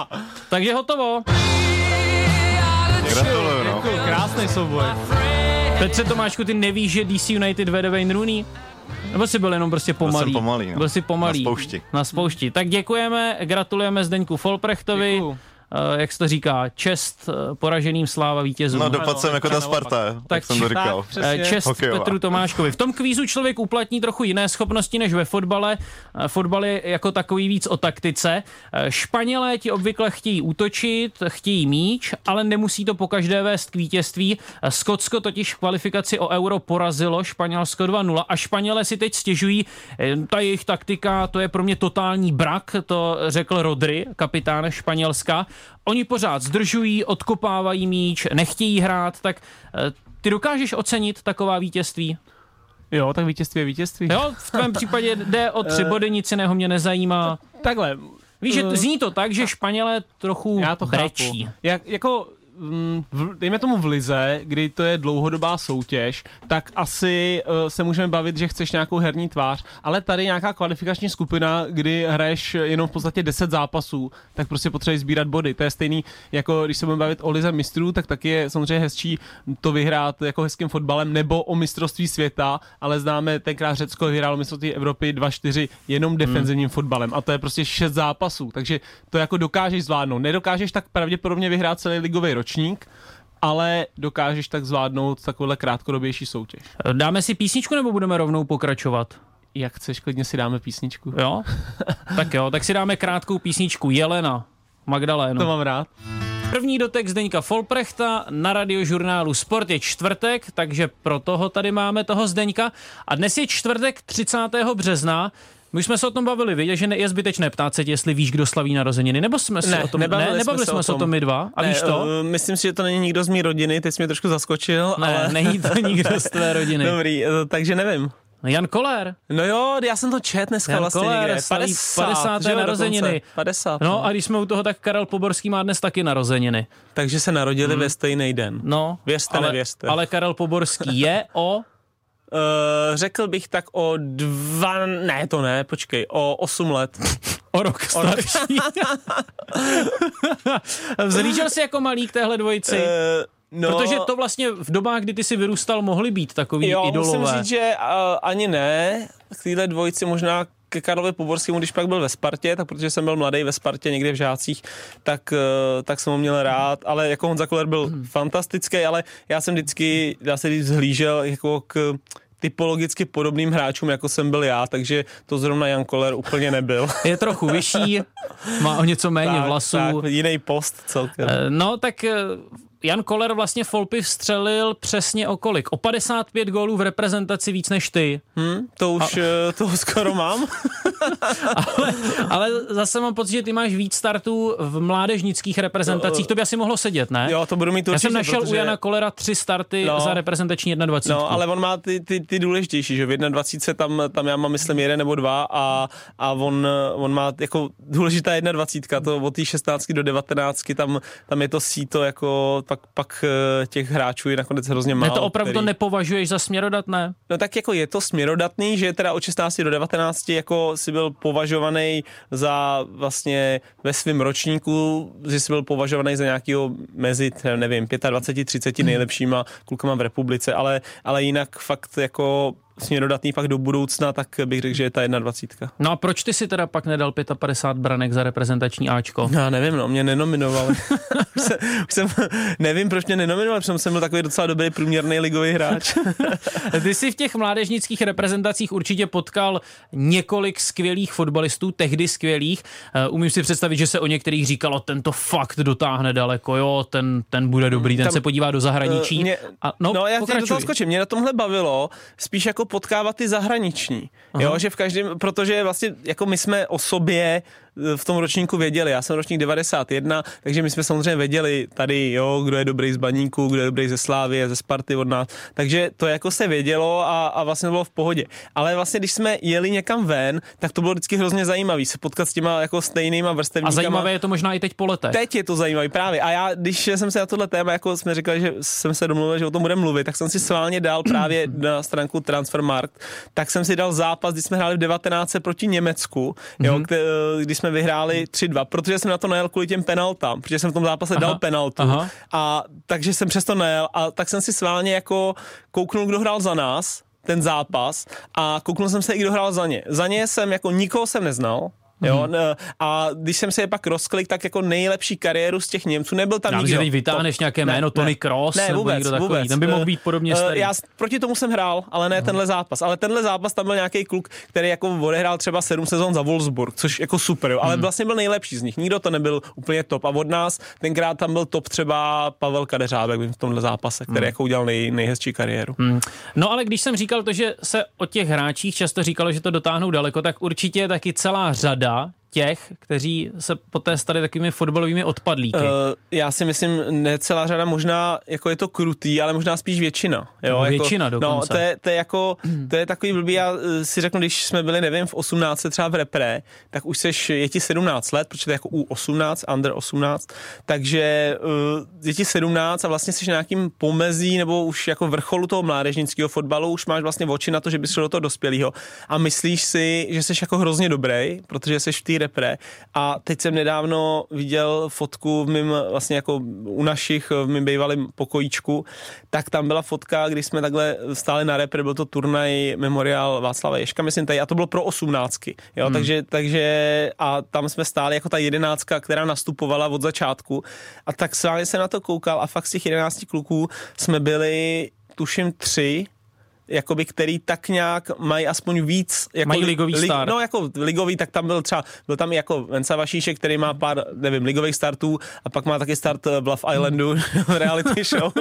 Takže hotovo. Gratuluju, no. Krásný souboj. Petře Tomášku, ty nevíš, že D C United vede Wayne Rooney? Nebo jsi byl jenom prostě pomalý? Byl jsem pomalý, no. Byl jsi pomalý. Na spoušti. Na spoušti. Tak děkujeme, gratulujeme Zdeňku Folprechtovi. Děkuju. Uh, jak se to říká, čest uh, poraženým, sláva vítězům. No dopad jsem jako ta Sparta, tak, tak jsem to říkal. Tak, čest Hokejová. Petru Tomáškovi. V tom kvízu člověk uplatní trochu jiné schopnosti než ve fotbale. Uh, fotbal je jako takový víc o taktice. Uh, Španělé ti obvykle chtějí útočit, chtějí míč, ale nemusí to pokaždé vést k vítězství. Uh, Skotsko totiž v kvalifikaci o Euro porazilo Španělsko dva nula a Španělé si teď stěžují, ta jejich taktika, to je pro mě totální brak, to řekl Rodri, kapitán Španělska. Oni pořád zdržují, odkopávají míč, nechtějí hrát, tak ty dokážeš ocenit taková vítězství? Jo, tak vítězství je vítězství. Jo, v tvém případě jde o tři body, nic jiného mě nezajímá. Takhle. Víš, že zní to tak, že Španělé trochu Já to brečí. chápu. Jak, jako... V, dejme tomu v lize, kdy to je dlouhodobá soutěž, tak asi uh, se můžeme bavit, že chceš nějakou herní tvář, ale tady nějaká kvalifikační skupina, kdy hraješ jenom v podstatě deset zápasů, tak prostě potřebuješ sbírat body. To je stejný, jako když se budeme bavit o lize mistrů, tak taky je samozřejmě hezčí to vyhrát jako hezkým fotbalem nebo o mistrovství světa, ale známe tenkrát Řecko vyhrálo mistrovství Evropy dva čtyři jenom defenzivním hmm. fotbalem a to je prostě šest zápasů, takže to jako dokážeš zvládnout. Nedokážeš tak pravděpodobně vyhrát celý ligový ročník, ale dokážeš tak zvládnout takovouhle krátkodobější soutěž. Dáme si písničku nebo budeme rovnou pokračovat? Jak chceš, klidně si dáme písničku. Jo? Tak jo, tak si dáme krátkou písničku Jelena, Magdalénu. To mám rád. První dotek Zdeňka Folprechta na Radiožurnálu Sport je čtvrtek, takže pro toho tady máme toho Zdeňka. A dnes je čtvrtek třicátého března. My už jsme se o tom bavili, vidět, že je zbytečné ptát se tě, jestli víš, kdo slaví narozeniny, nebo jsme se ne, o tom nebavili, ne, nebavili jsme, jsme se o tom my dva. A ne, víš to? Uh, myslím si, že to není nikdo z mý rodiny, teď jsi mě trošku zaskočil. Ne, ale... není to nikdo z tvé rodiny. Dobrý, uh, takže nevím. Jan Koller. No jo, já jsem to čet dneska Jan vlastně Koller, někde. padesát, padesáté narozeniny. padesát. No a když jsme u toho, tak Karel Poborský má dnes taky narozeniny. Takže se narodili hmm. ve stejný den. No, věřte, ale, nevěřte. Ale Karel Poborský je o... Uh, řekl bych tak o dva, ne to ne, počkej, o osm let. O rok starší. Vzlížel jsi jako malý k téhle dvojici? Uh, no, protože to vlastně v dobách, kdy ty jsi vyrůstal, mohly být takový jo, idolové. Jo, musím říct, že uh, ani ne, k téhle dvojici možná ke Karlovi Poborskému, když pak byl ve Spartě, tak protože jsem byl mladý ve Spartě někde v Žácích, tak, tak jsem ho měl rád, ale jako Honza Koller byl hmm. fantastický, ale já jsem vždycky, dá se říct, zhlížel jako k typologicky podobným hráčům, jako jsem byl já, takže to zrovna Jan Koller úplně nebyl. Je trochu vyšší, má o něco méně tak, vlasů. Tak, jiný post celkem. No tak Jan Koller vlastně Folpy vstřelil přesně o kolik? O padesát pět gólů v reprezentaci víc než ty. Hmm, to už a... toho skoro mám. ale, ale zase mám pocit, že ty máš víc startů v mládežnických reprezentacích. To by asi mohlo sedět, ne? Jo, to budu mít určitě. Já jsem našel protože... u Jana Kollera tři starty no. za reprezentační dvacet jedna. No, ale on má ty, ty, ty důležitější, že v dvacet jedna tam, tam já mám, myslím, jeden nebo dva a, a on, on má jako důležitá dvacet jedna, to od té šestnáctky do devatenáctky, tam, tam je to síto jako pak, pak těch hráčů je nakonec hrozně málo. Ne, to opravdu který... to nepovažuješ za směrodatné? No tak jako je to směrodatný, že teda od šestnácti do devatenácti jako si byl považovaný za vlastně ve svém ročníku, že si byl považovaný za nějakýho mezi, nevím, dvacet pět třicet nejlepšíma klukama v republice, ale, ale jinak fakt jako směrodatný pak do budoucna, tak bych řekl, že je ta dvacet jedna. No a proč ty si teda pak nedal padesát pět branek za reprezentační Ačko? Já nevím, no, mě nenominovali. už jsem, už jsem, nevím, proč mě nenominovali, protože jsem byl takový docela dobrý průměrný ligový hráč. Ty jsi v těch mládežnických reprezentacích určitě potkal několik skvělých fotbalistů, tehdy skvělých. Uh, umím si představit, že se o některých říkalo, ten to fakt dotáhne daleko, jo, ten, ten bude dobrý, ten Tam, se podívá do zahraničí. Uh, mě, a, no, no, já do toho skočím. Mě na tomhle bavilo spíš jako potkávat ty zahraniční, jo, že v každém, protože vlastně jako my jsme o sobě v tom ročníku věděli, já jsem ročník devadesát jedna, takže my jsme samozřejmě věděli tady, jo, kdo je dobrý z Baníku, kdo je dobrý ze Slávie, ze Sparty od nás, takže to jako se vědělo a, a vlastně bylo v pohodě. Ale vlastně, když jsme jeli někam ven, tak to bylo vždycky hrozně zajímavý se potkat s těma jako stejnýma vrstevníkama. A zajímavé je to možná i teď po letech. Teď je to zajímavý právě. A já, když jsem se na tohle téma, jako jsme říkali, že jsem se domluvil, že o tom budeme mluvit, tak jsem si sválně dal právě na stránku Transfermarkt, tak jsem si dal zápas, kdy jsme hráli v devatenáctce proti Německu, jo, mm-hmm. kdy jsme jsme vyhráli tři dva, protože jsem na to najel kvůli těm penaltám, protože jsem v tom zápase aha, dal penaltu. Aha. A takže jsem přesto najel a tak jsem si sválně jako kouknul, kdo hrál za nás, ten zápas a kouknul jsem se i kdo hrál za ně. Za ně jsem jako nikoho jsem neznal. Jo, hmm. A když jsem se je pak rozklik, tak jako nejlepší kariéru z těch Němců nebyl tam já nikdo. Já teď vytáhneš to, nějaké jméno, ne, Tony Kroos ne, nebo vůbec, někdo takový, vůbec. Ten by mohl být podobně starý. Já proti tomu jsem hrál, ale ne tenhle zápas. Ale tenhle zápas tam byl nějaký kluk, který jako odehrál třeba sedm sezon za Wolfsburg, což jako super, jo. Ale hmm. vlastně byl nejlepší z nich. Nikdo to nebyl úplně top. A od nás tenkrát tam byl top třeba Pavel Kadeřábek v tomhle zápase, který hmm. jako udělal nej, nejhezčí kariéru. Hmm. No ale když jsem říkal to, že se o těch hráčích často říkalo, že to dotáhnou daleko, tak určitě je taky celá řada těch, kteří se poté stali takovými fotbalovými odpadlíky. Uh, já si myslím, ne celá řada, možná jako je to krutý, ale možná spíš většina. Jo? No, jako, většina dokonce. No, to je, to je jako, to je takový blbý, já si řeknu, když jsme byli, nevím, v osmnáct třeba v repre, tak už seš, je ti sedmnáct let, protože to je jako U osmnáct, under osmnáct, takže uh, je ti sedmnáct a vlastně jsi nějakým pomezí nebo už jako vrcholu toho mládežnického fotbalu, už máš vlastně oči na to, že bys šel do toho dospělého a myslíš si, že jsi jako hrozně dobrý, protože jsi v té repre. A teď jsem nedávno viděl fotku v mým, vlastně jako u našich, v mým bývalém pokojíčku, tak tam byla fotka, když jsme takhle stáli na repre, byl to turnaj Memorial Václava Ježka, myslím tady, a to bylo pro osmnáctky, jo, hmm. takže, takže a tam jsme stáli jako ta jedenáctka, která nastupovala od začátku a tak sám jsem na to koukal a fakt z těch jedenácti kluků jsme byli, tuším, tři, jakoby, který tak nějak mají aspoň víc jako mají ligový li, start. No jako ligový, tak tam byl třeba, byl tam i jako Venca Vašíšek, který má pár, nevím, ligových startů a pak má taky start v Love Islandu, reality show.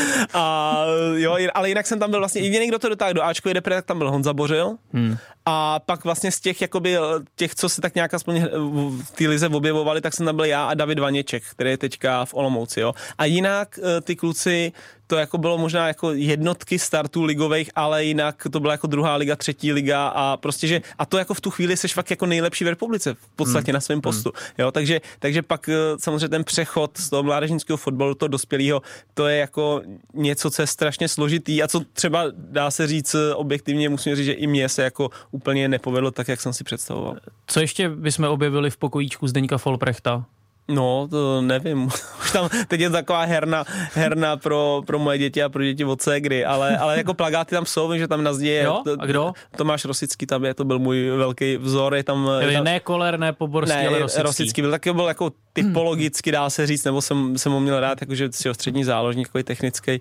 A jo, ale jinak jsem tam byl vlastně jediný, kdo to dotáhl do Ačkový repre, tak tam byl Honza Bořil. Hmm. A pak vlastně z těch, jakoby, těch, co se tak nějak aspoň v té lize objevovali, tak jsem tam byl já a David Vaněček, který je teďka v Olomouci, jo. A jinak ty kluci, to jako bylo možná jako jednotky startů ligových, ale jinak to byla jako druhá liga, třetí liga a prostě, že a to jako v tu chvíli seš fakt jako nejlepší v republice v podstatě hmm. na svém postu, hmm. jo, takže, takže pak samozřejmě ten přechod z toho mládežnického fotbalu, toho dospělého, to je jako něco, co je strašně složitý a co třeba dá se říct objektivně, musím říct, že i mně se jako úplně nepovedlo tak, jak jsem si představoval. Co ještě bychom objevili v pokojíčku Zdeňka Folprechta? No, to nevím. Už tam teď je to taková herna, herna pro, pro moje děti a pro děti od ségry, ale, ale jako plagáty tam jsou, vím, že tam na zdi je. Jo? A kdo? Tomáš Rosický tam je, to byl můj velký vzor. Je tam, je tam ne Koller, ne Poborský, ne, ale Rosický. Rosický byl taky byl jako typologicky, dá se říct, nebo jsem, jsem ho měl rád, jakože střední záložník, takový technický.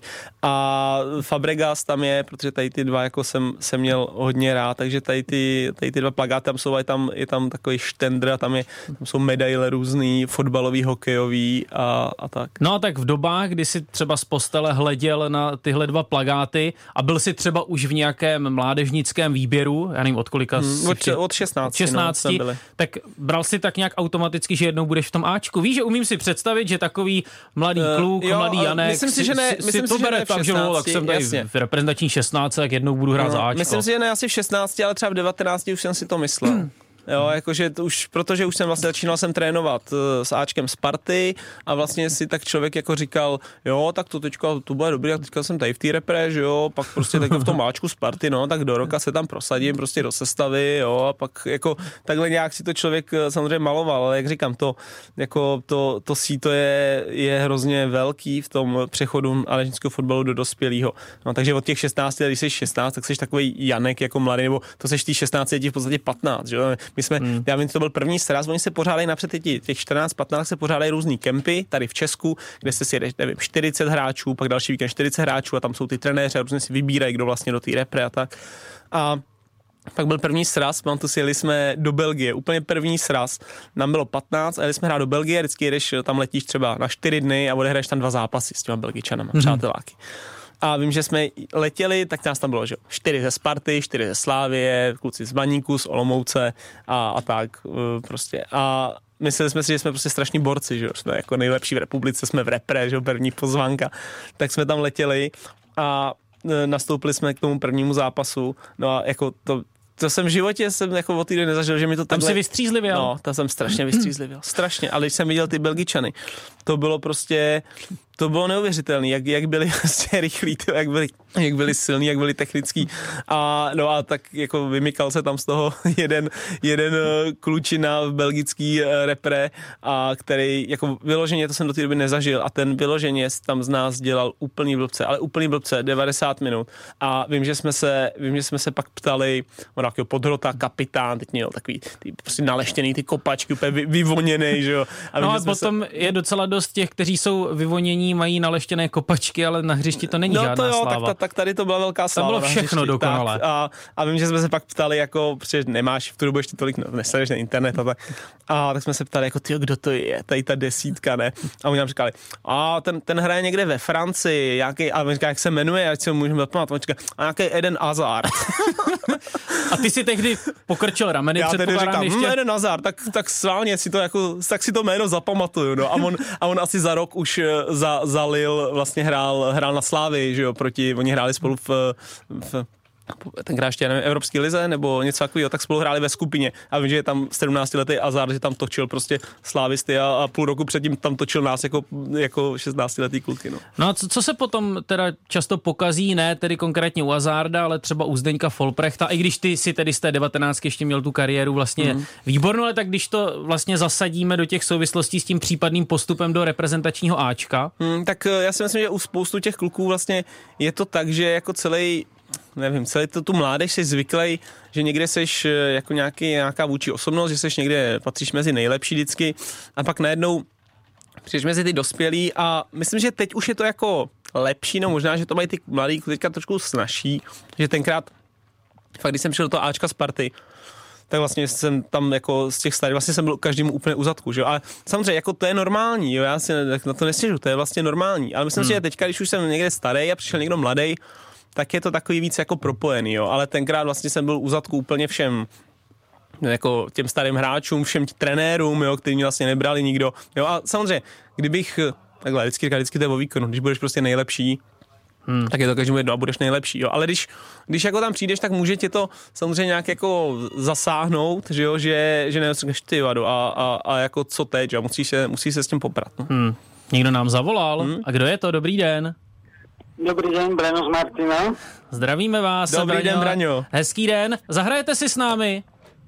A Fabregas tam je, protože tady ty dva jako jsem, jsem měl hodně rád, takže tady ty, tady ty dva plagáty tam jsou, a je tam, je tam takový štendr a tam, je, tam jsou medaile různý, fotbalový, hokejový a, a tak. No a tak v dobách, kdy si třeba z postele hleděl na tyhle dva plagáty a byl si třeba už v nějakém mládežnickém výběru, já nevím od kolika hmm, od, od šestnácti, šestnácti no, tak bral si tak nějak automaticky, že jednou budeš v tom Ačku. Víš, že umím si představit, že takový mladý kluk, uh, jo, mladý Janek myslím si, že ne, si, myslím si to si, bere že ne tak, že no, tak jsem tady jasně. v reprezentační šestnácti, tak jednou budu hrát no, za Ačko. Myslím si, že ne asi v šestnácti, ale třeba v devatenácti už jsem si to myslel. Hmm. Jo, jakože to už, protože už jsem vlastně začínal jsem trénovat uh, s Ačkem Sparty a vlastně si tak člověk jako říkal, jo, tak to teďka, to bude dobrý, a teďka jsem tady v té repre, že jo, pak prostě tak v tom Ačku Sparty, no, tak do roka se tam prosadím prostě do sestavy, jo, a pak jako takhle nějak si to člověk samozřejmě maloval, ale jak říkám, to jako to, to síto je, je hrozně velký v tom přechodu mládežnického fotbalu do dospělého. No, takže od těch šestnácti, když jsi šestnáct, tak jsi takový Janek jako mladý, nebo to seš tý šestnáct, je ti v podstatě patnáct, že jo. My jsme, hmm. já vím, to byl první sraz, oni se pořádají napřed těch čtrnáct patnáct se pořádají různý kempy tady v Česku, kde se si jede, nevím, čtyřicet hráčů, pak další víkend čtyřicet hráčů a tam jsou ty trenéři a různě si vybírají, kdo vlastně do té repre a tak. A pak byl první sraz, mám tu si jeli jsme do Belgie, úplně první sraz, nám bylo patnáct a jeli jsme hrát do Belgie, vždycky jedeš, tam letíš třeba na čtyři dny a odehraješ tam dva zápasy s těma Belgičanama, hmm. přáteláky. A vím, že jsme letěli, tak nás tam bylo, že čtyři ze Sparty, čtyři ze Slávie, kluci z Baníku, z Olomouce a, a tak prostě. A mysleli jsme si, že jsme prostě strašní borci, že jsme jako nejlepší v republice, jsme v repre, že první pozvánka. Tak jsme tam letěli a nastoupili jsme k tomu prvnímu zápasu. No a jako to, to jsem v životě jsem jako od té doby nezažil, že mi to tam takhle... si vystřízlivěl? No, tam jsem strašně vystřízlivěl. Strašně, ale když jsem viděl ty Belgičany, to bylo prostě... to bylo neuvěřitelné, jak, jak byli vlastně rychlí, jak byli, jak byli silní, jak byli technický. A no a tak jako vymykal se tam z toho jeden, jeden klučina v belgický repre, a který jako vyloženě, to jsem do té doby nezažil, a ten vyloženě tam z nás dělal úplný blbce, ale úplný blbce, devadesát minut. A vím, že jsme se, vím, že jsme se pak ptali, on takového podhrota, kapitán, teď měl takový ty prostě naleštěný ty kopačky, úplně vy, vyvoněnej, že jo. A vím, no a potom se... je docela dost těch, kteří jsou vyvonění, mají naleštěné kopačky, ale na hřišti to není no, žádná to jo, sláva. Tak, tak tady to byla velká sláva. To bylo všechno dokonale. A, a vím, že jsme se pak ptali, jako, protože nemáš v tu dobu ještě tolik, no, nesleduješ na internet a tak. A tak jsme se ptali, jako, tyjo, kdo to je, tady ta desítka, ne? A oni nám říkali, a ten, ten hraje někde ve Francii, jaký, a on říká, jak se jmenuje, ať si ho můžeme pamatovat. On říká, a nějaký Eden Hazard. A ty si tehdy pokrčil rameny, já tedy říkám, ještě... hm, Eden Hazard, tak, tak sválně si to jako, tak si to jméno zapamatuju, no. A on, a on asi za rok už za, zalil, vlastně hrál, hrál na Slávii, že jo, proti, oni hráli spolu v, v tenkrát ještě, nevím, Evropské lize nebo něco takového, tak spolu hráli ve skupině. A vím, že je tam sedmnáctiletý Hazard, že tam točil prostě slávisty a, a půl roku předtím tam točil nás jako, jako šestnáctiletý kluky. No, no a co, co se potom teda často pokazí, ne tedy konkrétně u Hazarda, ale třeba u Zdeňka Folprechta, i když ty si tedy z té devatenáctky ještě měl tu kariéru vlastně mm. výbornou, ale tak když to vlastně zasadíme do těch souvislostí s tím případným postupem do reprezentačního Ačka. Mm, tak já si myslím, že u spoustu těch kluků vlastně je to tak, že jako celý nevím, celý to tu mládež jsi zvyklý, že někde seš jako nějaký, nějaká vůči osobnost, že seš někde, patříš mezi nejlepší vždycky a pak najednou přijdeš mezi ty dospělí a myslím, že teď už je to jako lepší, no možná, že to mají ty mladí teďka trošku snažší, že tenkrát, fakt když jsem přišel do toho Ačka Sparty, tak vlastně jsem tam jako z těch starých, vlastně jsem byl každému úplně u zadku, že jo, ale samozřejmě jako to je normální, jo, já si na to nestěžu, to je vlastně normální, ale myslím hmm. si, že teďka, když už jsem někde starý a přišel někdo mladý, tak je to takový víc jako propojený, jo, ale tenkrát vlastně jsem byl u zadku úplně všem, jako těm starým hráčům, všem trenérům, jo, který mě vlastně nebrali nikdo, jo, a samozřejmě, kdybych, takhle, vždycky říkal, vždycky to je o výkonu, když budeš prostě nejlepší, Hmm. tak je to každému jedno a budeš nejlepší, jo. Ale když, když jako tam přijdeš, tak může tě to samozřejmě nějak jako zasáhnout, že jo, že, že neříkáš ty vado a, a, a jako co teď, jo, musíš se, musíš se s tím poprat. No. Hmm. Někdo nám zavolal. Hmm. A kdo je to? Dobrý den. Dobrý den, Braňo z Martina. Zdravíme vás. Dobrý Braňo. den, Braňo. Hezký den. Zahrajete si s námi?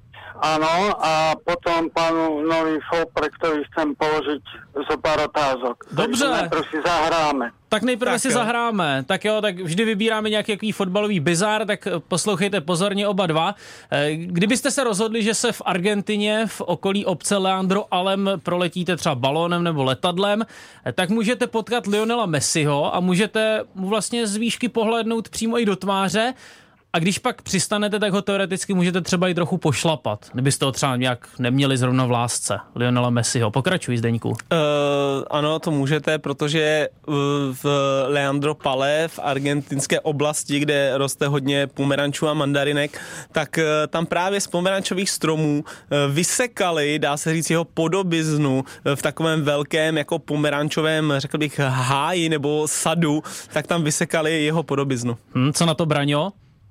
Áno, a potom pánu Novi Folprechtovi chcem položiť zo pár otázok. Dobře. Najprv si zahráme. Tak nejprve tak si jo. zahráme. Tak jo, tak vždy vybíráme nějaký jaký fotbalový bizár, tak poslouchejte pozorně oba dva. Kdybyste se rozhodli, že se v Argentině v okolí obce Leandro Alem proletíte třeba balónem nebo letadlem, tak můžete potkat Lionela Messiho a můžete mu vlastně z výšky pohlédnout přímo i do tváře. A když pak přistanete, tak ho teoreticky můžete třeba i trochu pošlapat, kdybyste ho třeba nějak neměli zrovna v lásce. Lionela Messiho. Pokračuj, Zdeňku. Uh, ano, to můžete, protože v Leandro Pale, v argentinské oblasti, kde roste hodně pomerančů a mandarinek, tak tam právě z pomerančových stromů vysekali, dá se říct, jeho podobiznu v takovém velkém jako pomerančovém, řekl bych, háji nebo sadu, tak tam vysekali jeho podobiznu. Hmm, co na to, Braňo?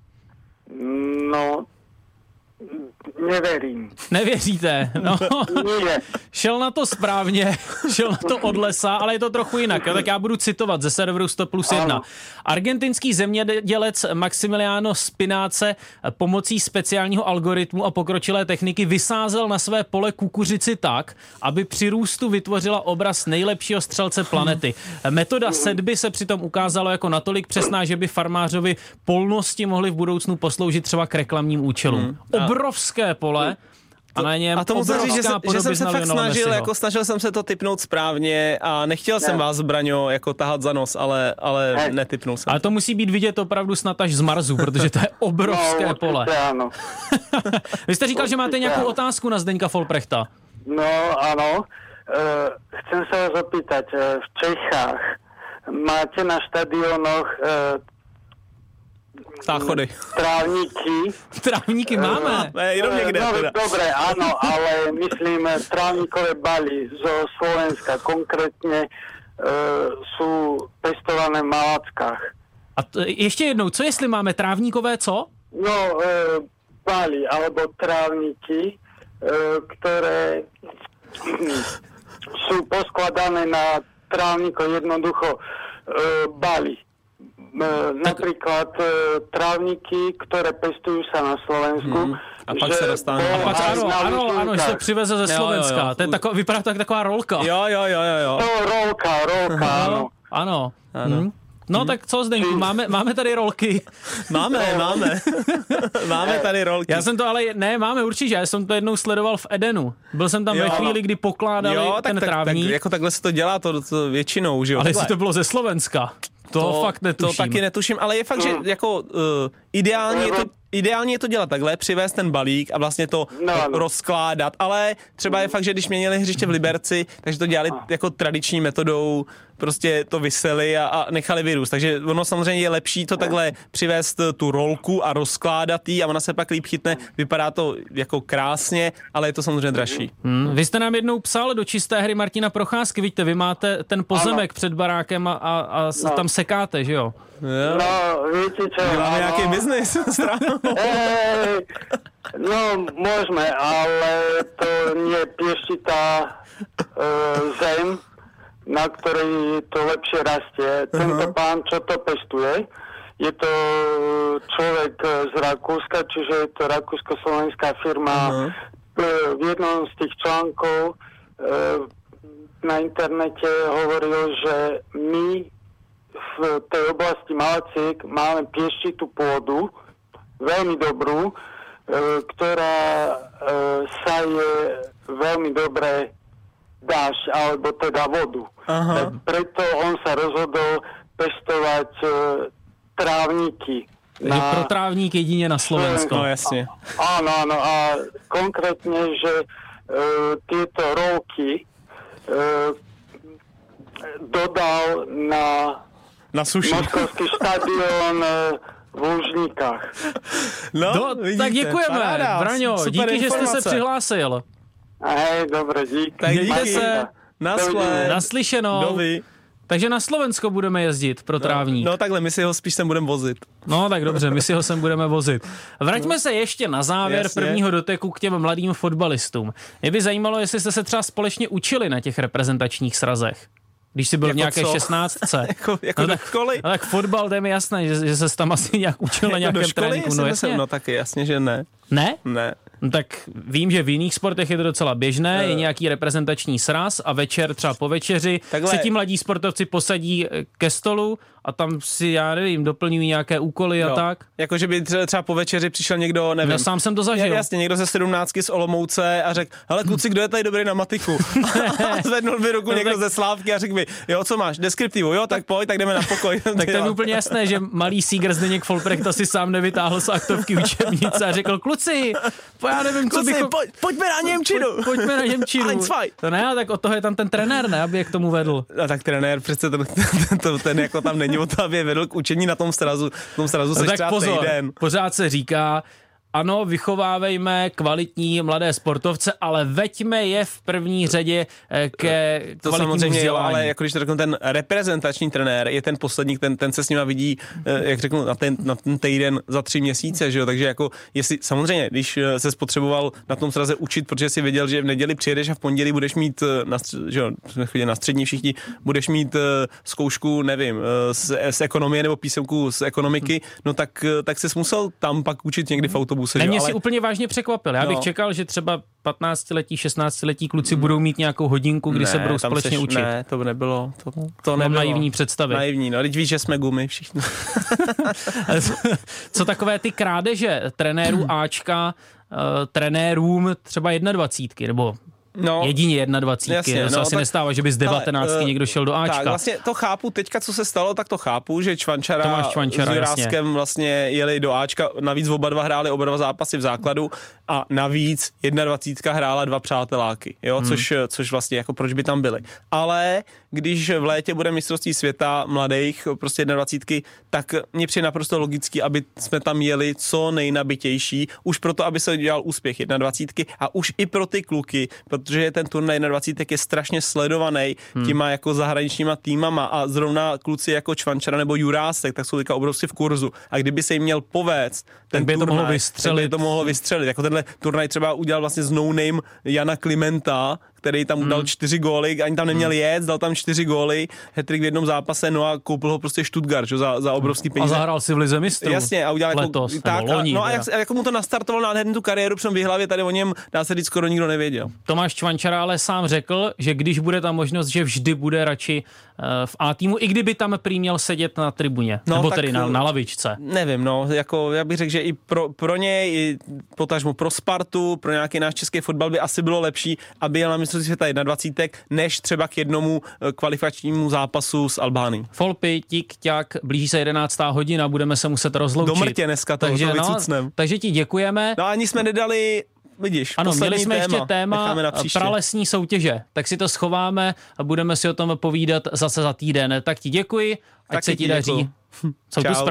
No, neverím. Nevěříte? No. Nie. Šel na to správně, šel na to od lesa, ale je to trochu jinak. Tak já budu citovat ze serveru sto plus jedna. Argentinský zemědělec Maximiliano Spinace pomocí speciálního algoritmu a pokročilé techniky vysázel na své pole kukuřici tak, aby při růstu vytvořila obraz nejlepšího střelce planety. Metoda sedby se přitom ukázala jako natolik přesná, že by farmářovi polnosti mohly v budoucnu posloužit třeba k reklamním účelům. Hmm. Obrovské pole a na něm a to musím říct, že, se, že jsem se fakt snažil, jako snažil jsem se to tipnout správně a nechtěl ne. jsem vás, Braňo, jako tahat za nos, ale, ale ne. netipnul jsem. Ale to musí být vidět opravdu snad až z Marsu, protože to je obrovské no, pole. Ano. Vy jste říkal, že máte nějakou otázku na Zdeňka Folprechta. No, ano. E, chcem se vás opýtať, v Čechách máte na štadionoch e, záchody. Trávníky. Trávníky máme. Uh, ne, jenom někde. No, teda. Dobre, áno, ale myslím trávníkové baly zo Slovenska, konkrétně uh, sú pestované v Malackách. A t- ještě jednou, co jestli máme trávníkové, co? No, uh, baly, alebo trávníky, uh, ktoré sú poskladané na trávnikov jednoducho uh, bali. Uh, napríklad uh, trávniky, ktoré pestujú sa na Slovensku. Hmm. A pak se dostane. A pak ano, ano, ano, že se přiveze ze Slovenska. Jo, jo, jo. To je tako, vypadá to jak taková rolka. Jo, jo, jo, jo. jo. No, rolka, rolka, ano. Ano. ano. Hmm. No hmm. tak co, Zdeňku, máme, máme tady rolky. Máme, máme. Máme tady rolky. Já jsem to ale, ne, máme určitě, já jsem to jednou sledoval v Edenu. Byl jsem tam jo, ve chvíli, kdy pokládali jo, tak, ten tak, trávník. Tak, jako takhle se to dělá to, to většinou, že jo. Ale takhle. jestli to bylo ze Slovenska, to, to fakt netuším. To taky netuším, ale je fakt, že jako uh, ideálně je to Ideálně je to dělat takhle, přivést ten balík a vlastně to no, no. rozkládat, ale třeba je fakt, že když měnili hřiště v Liberci, takže to dělali jako tradiční metodou, prostě to vyseli a, a nechali vyrůst. Takže ono samozřejmě je lepší to takhle přivést tu rolku a rozkládat ji a ona se pak líp chytne. Vypadá to jako krásně, ale je to samozřejmě dražší. Hmm. Vy jste nám jednou psal do čisté hry Martina Procházky, vidíte, vy máte ten pozemek ano. před barákem a, a, a no. tam sekáte, že jo? Jo. No, víte čo? Máme nějaký no. biznis. Hey, no, môžeme, ale to nie je pieštitá uh, zem, na ktorej to lepšie rastie. Uh-huh. Tento pán, čo to pestuje, je to človek z Rakúska, čiže je to rakúsko-slovenská firma. Uh-huh. V jednom z tých článkov uh, na internete hovoril, že my v tej oblasti Malaciek máme pieštitú pôdu, veľmi dobrú, e, ktorá e, saje veľmi dobre dážď, alebo teda vodu. Aha. E, preto on sa rozhodol pestovať e, trávniky. Takže na... pro trávník jedině na Slovensko. No jasně. Áno, áno, a konkrétne, že e, tieto rolky e, dodal na Na suši. Moskovský štadion v Lužníkách. No, no vidíte, tak děkujeme, paráda, Braňo, díky, že jste se přihlásil. Hej, dobré, díky. Tak díky se, naschle. Naslyšenou. Dovi. Takže na Slovensko budeme jezdit pro trávník. No, no takhle, my si ho spíš sem budeme vozit. No tak dobře, my si ho sem budeme vozit. Vraťme se ještě na závěr Jasně. prvního doteku k těm mladým fotbalistům. Mě by zajímalo, jestli jste se třeba společně učili na těch reprezentačních srazech. Když jsi byl jako v nějaké co? šestnáctce. jako jako no do tak, školy? No tak fotbal, to je mi jasné, že, že se tam asi nějak učil na nějakém tréninku. No, jasně. no taky jasně, že ne. Ne? Ne. No, tak vím, že v jiných sportech je to docela běžné, uh. je nějaký reprezentační sraz a večer, třeba po večeři, Takhle. se ti mladí sportovci posadí ke stolu a tam si, já nevím, doplňují nějaké úkoly jo. a tak. Jako, že by třeba po večeři přišel někdo, nevím. Já sám jsem to zažil. Jasně, někdo ze sedmnáctky z Olomouce a řekl, hele kluci, kdo je tady dobrý na matiku? A zvednul by ruku no, někdo tak... ze Slávky a řekl by, jo, co máš, deskriptivu, jo, tak pojď, tak jdeme na pokoj. Tak to je úplně jasné, že malý Sýger Zdeněk Folprecht asi sám nevytáhl z aktovky učebnice a řekl, kluci, po já nevím, co kluci, bychom... pojď, pojďme na němčinu. Pojď, pojďme na němčinu. To ne, tak od toho je tam ten trenér, ne, aby je k tomu vedl. A tak trenér přece ten, ten, ten, ten jako tam není o to, aby je vedl k učení na tom srazu. Na tom srazu no seš třeba pozor, týden. Pořád se říká, ano, vychovávejme kvalitní mladé sportovce, ale veďme je v první řadě ke to kvalitnímu vzdělání. Ale jako když to řeknu, ten reprezentační trenér je ten poslední, ten, ten se s nima vidí, jak řeknu, na ten, na ten týden za tři měsíce, že jo, takže jako, jestli, samozřejmě, když se spotřeboval na tom sraze učit, protože si věděl, že v neděli přijedeš a v pondělí budeš mít, na, že jo, jsme chodili na střední všichni, budeš mít zkoušku, nevím, z, z ekonomie nebo písemku z ekonomiky, no tak, tak jsi musel tam pak učit někdy v autobuse. Ne, mě ale... si úplně vážně překvapil. Já no. bych čekal, že třeba patnáctiletí, šestnáctiletí kluci budou mít nějakou hodinku, kdy ne, se budou společně seš, učit. Ne, to nebylo. To, to nebylo. Naivní představy. Naivní, no, teď víš, že jsme gumy všichni. Co takové ty krádeže trenérů Ačka, uh, trenérům třeba jednadvacítky, nebo No, jedině jedna dvacítky, jasně, to se no, asi tak, nestává, že by z devatenáctky ale, někdo šel do Ačka. Tak vlastně to chápu, teďka co se stalo, tak to chápu, že Čvančara, Čvančara s Juráskem vlastně jeli do Ačka, navíc oba dva hráli oba dva zápasy v základu a navíc jednadvacítka hrála dva přáteláky, jo, hmm. což, což vlastně jako proč by tam byli. Ale když v létě bude mistrovství světa mladých, prostě jednadvacítky, tak mně přijde naprosto logický, aby jsme tam jeli co nejnabitější, už proto, aby se dělal úspěch jednadvacítky a už i pro ty kluky, protože ten turnaj na dvacítek je strašně sledovaný hmm. těma jako zahraničníma týmama a zrovna kluci jako Čvančara nebo Jurásek, tak jsou teďka obrovsky v kurzu. A kdyby se jim měl povést ten tak by turnaj, to mohlo vystřelit. tak by to mohlo vystřelit. Jako tenhle turnaj třeba udělal vlastně z no name Jana Klimenta, který tam dal Hmm. čtyři góly, ani tam neměl jet, dal tam čtyři góly, hat-trick v jednom zápase, no a koupil ho prostě Stuttgart, že, za, za obrovský A peníze. zahrál si v lize mistrů. Jasně, a udělal jako, letos, tak, nebo loni, a, no a jak, teda. jak mu to nastartoval nádhernou tu kariéru, protože v hlavě tady o něm, dá se říct, skoro nikdo nevěděl. Tomáš Čvančara ale sám řekl, že když bude ta možnost, že vždy bude radši uh, v A týmu, i kdyby tam prý měl sedět na tribuně, No, nebo tak, tedy na, na lavičce. Nevím, no, jako já bych řekl, že i pro, pro něj, i potažmo pro Spartu, pro nějaký náš český fotbal by asi bylo lepší, aby jel na mistrovství světa dvacet jedna, než třeba k jednomu eh, kvalifikačnímu zápasu s Albánií. Folpy, tik, ťak, blíží se jedenáctá hodina, budeme se muset rozloučit. Do mrtě dneska to, takže, to no, vycucnem. takže ti děkujeme. No ani jsme nedali, vidíš, Ano, měli jsme téma. ještě téma pralesní soutěže, tak si to schováme a budeme si o tom povídat zase za týden. Tak ti děkuji, ať Taky se ti ti daří. děkuju. Jsou tu Čau. zprávy.